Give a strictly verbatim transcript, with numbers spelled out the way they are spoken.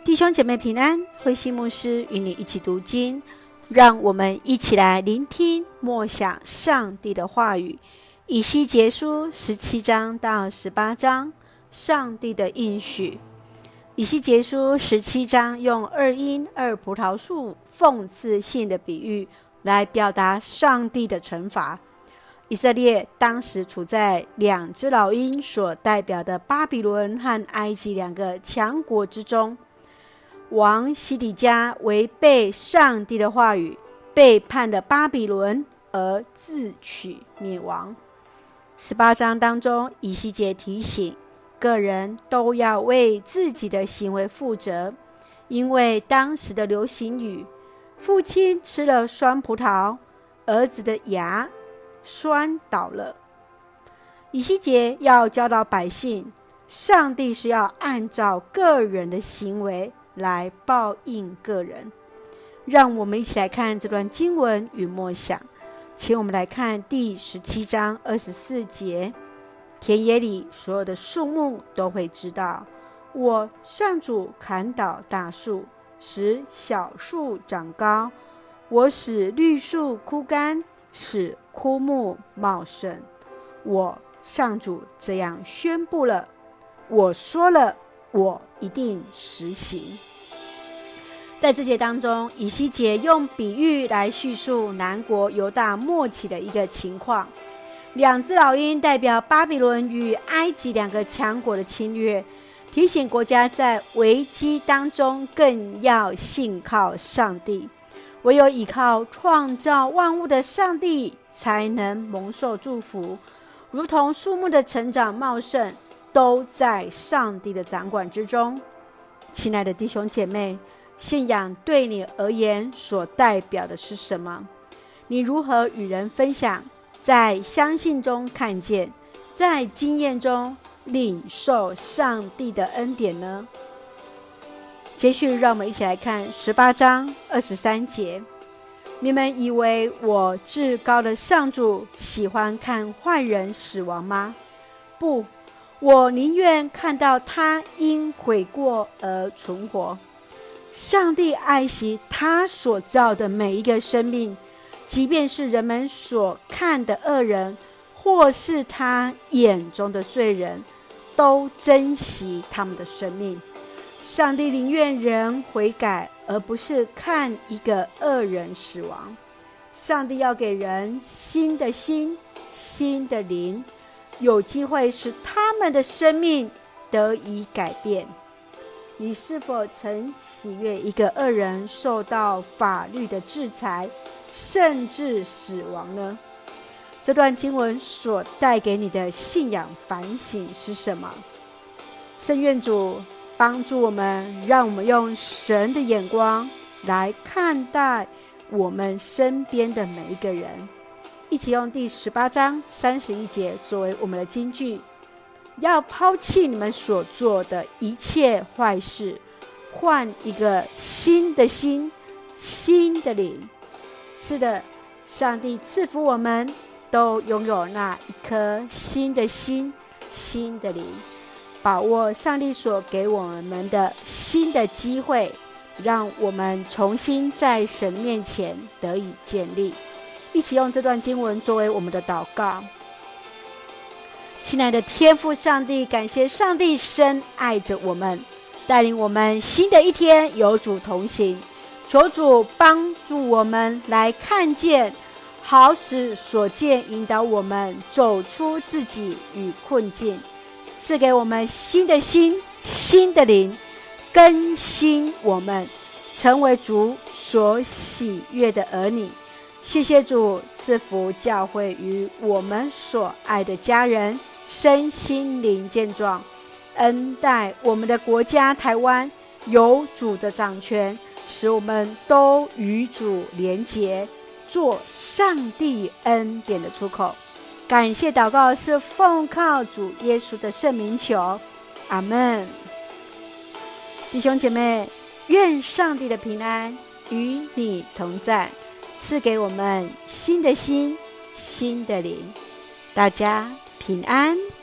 弟兄姐妹平安，慧馨牧师与你一起读经，让我们一起来聆听默想上帝的话语。以西结书十七章到十八章，上帝的应许。以西结书十七章用二樱二葡萄树讽刺性的比喻来表达上帝的惩罚。以色列当时处在两只老鹰所代表的巴比伦和埃及两个强国之中。王西底家违背上帝的话语，背叛了巴比伦，而自取灭亡。十八章当中，以西结提醒个人都要为自己的行为负责，因为当时的流行语，父亲吃了酸葡萄，儿子的牙酸倒了。以西结要教导百姓，上帝是要按照个人的行为来报应个人。让我们一起来看这段经文与默想。请我们来看第十七章二十四节，田野里所有的树木都会知道，我上主砍倒大树，使小树长高，我使绿树枯干，使枯木茂盛。我上主这样宣布了，我说了，我一定实行。在这节当中，以西结用比喻来叙述南国犹大末期的一个情况。两只老鹰代表巴比伦与埃及两个强国的侵略，提醒国家在危机当中更要信靠上帝。唯有依靠创造万物的上帝，才能蒙受祝福。如同树木的成长茂盛，都在上帝的掌管之中。亲爱的弟兄姐妹，信仰对你而言所代表的是什么？你如何与人分享？在相信中看见，在经验中领受上帝的恩典呢？接续让我们一起来看十八章二十三节。你们以为我至高的上主喜欢看坏人死亡吗？不，我宁愿看到他因悔过而存活。上帝爱惜他所造的每一个生命，即便是人们所看的恶人，或是他眼中的罪人，都珍惜他们的生命。上帝宁愿人悔改，而不是看一个恶人死亡。上帝要给人新的心，新的灵，有机会使他们的生命得以改变。你是否曾喜悦一个恶人受到法律的制裁，甚至死亡呢？这段经文所带给你的信仰反省是什么？圣愿主帮助我们，让我们用神的眼光来看待我们身边的每一个人。一起用第十八章三十一节作为我们的金句，要抛弃你们所做的一切坏事，换一个新的心，新的灵。是的，上帝赐福我们都拥有那一颗新的心，新的灵。把握上帝所给我们的新的机会，让我们重新在神面前得以建立。一起用这段经文作为我们的祷告。亲爱的天父上帝，感谢上帝深爱着我们，带领我们新的一天有主同行。求主帮助我们来看见，好使所见引导我们走出自己与困境，赐给我们新的心，新的灵，更新我们，成为主所喜悦的儿女。谢谢主赐福教会与我们所爱的家人身心灵健壮，恩待我们的国家台湾有主的掌权，使我们都与主连结，做上帝恩典的出口。感谢祷告是奉靠主耶稣的圣名求，阿们。弟兄姐妹，愿上帝的平安与你同在，赐给我们新的心，新的灵。大家平安。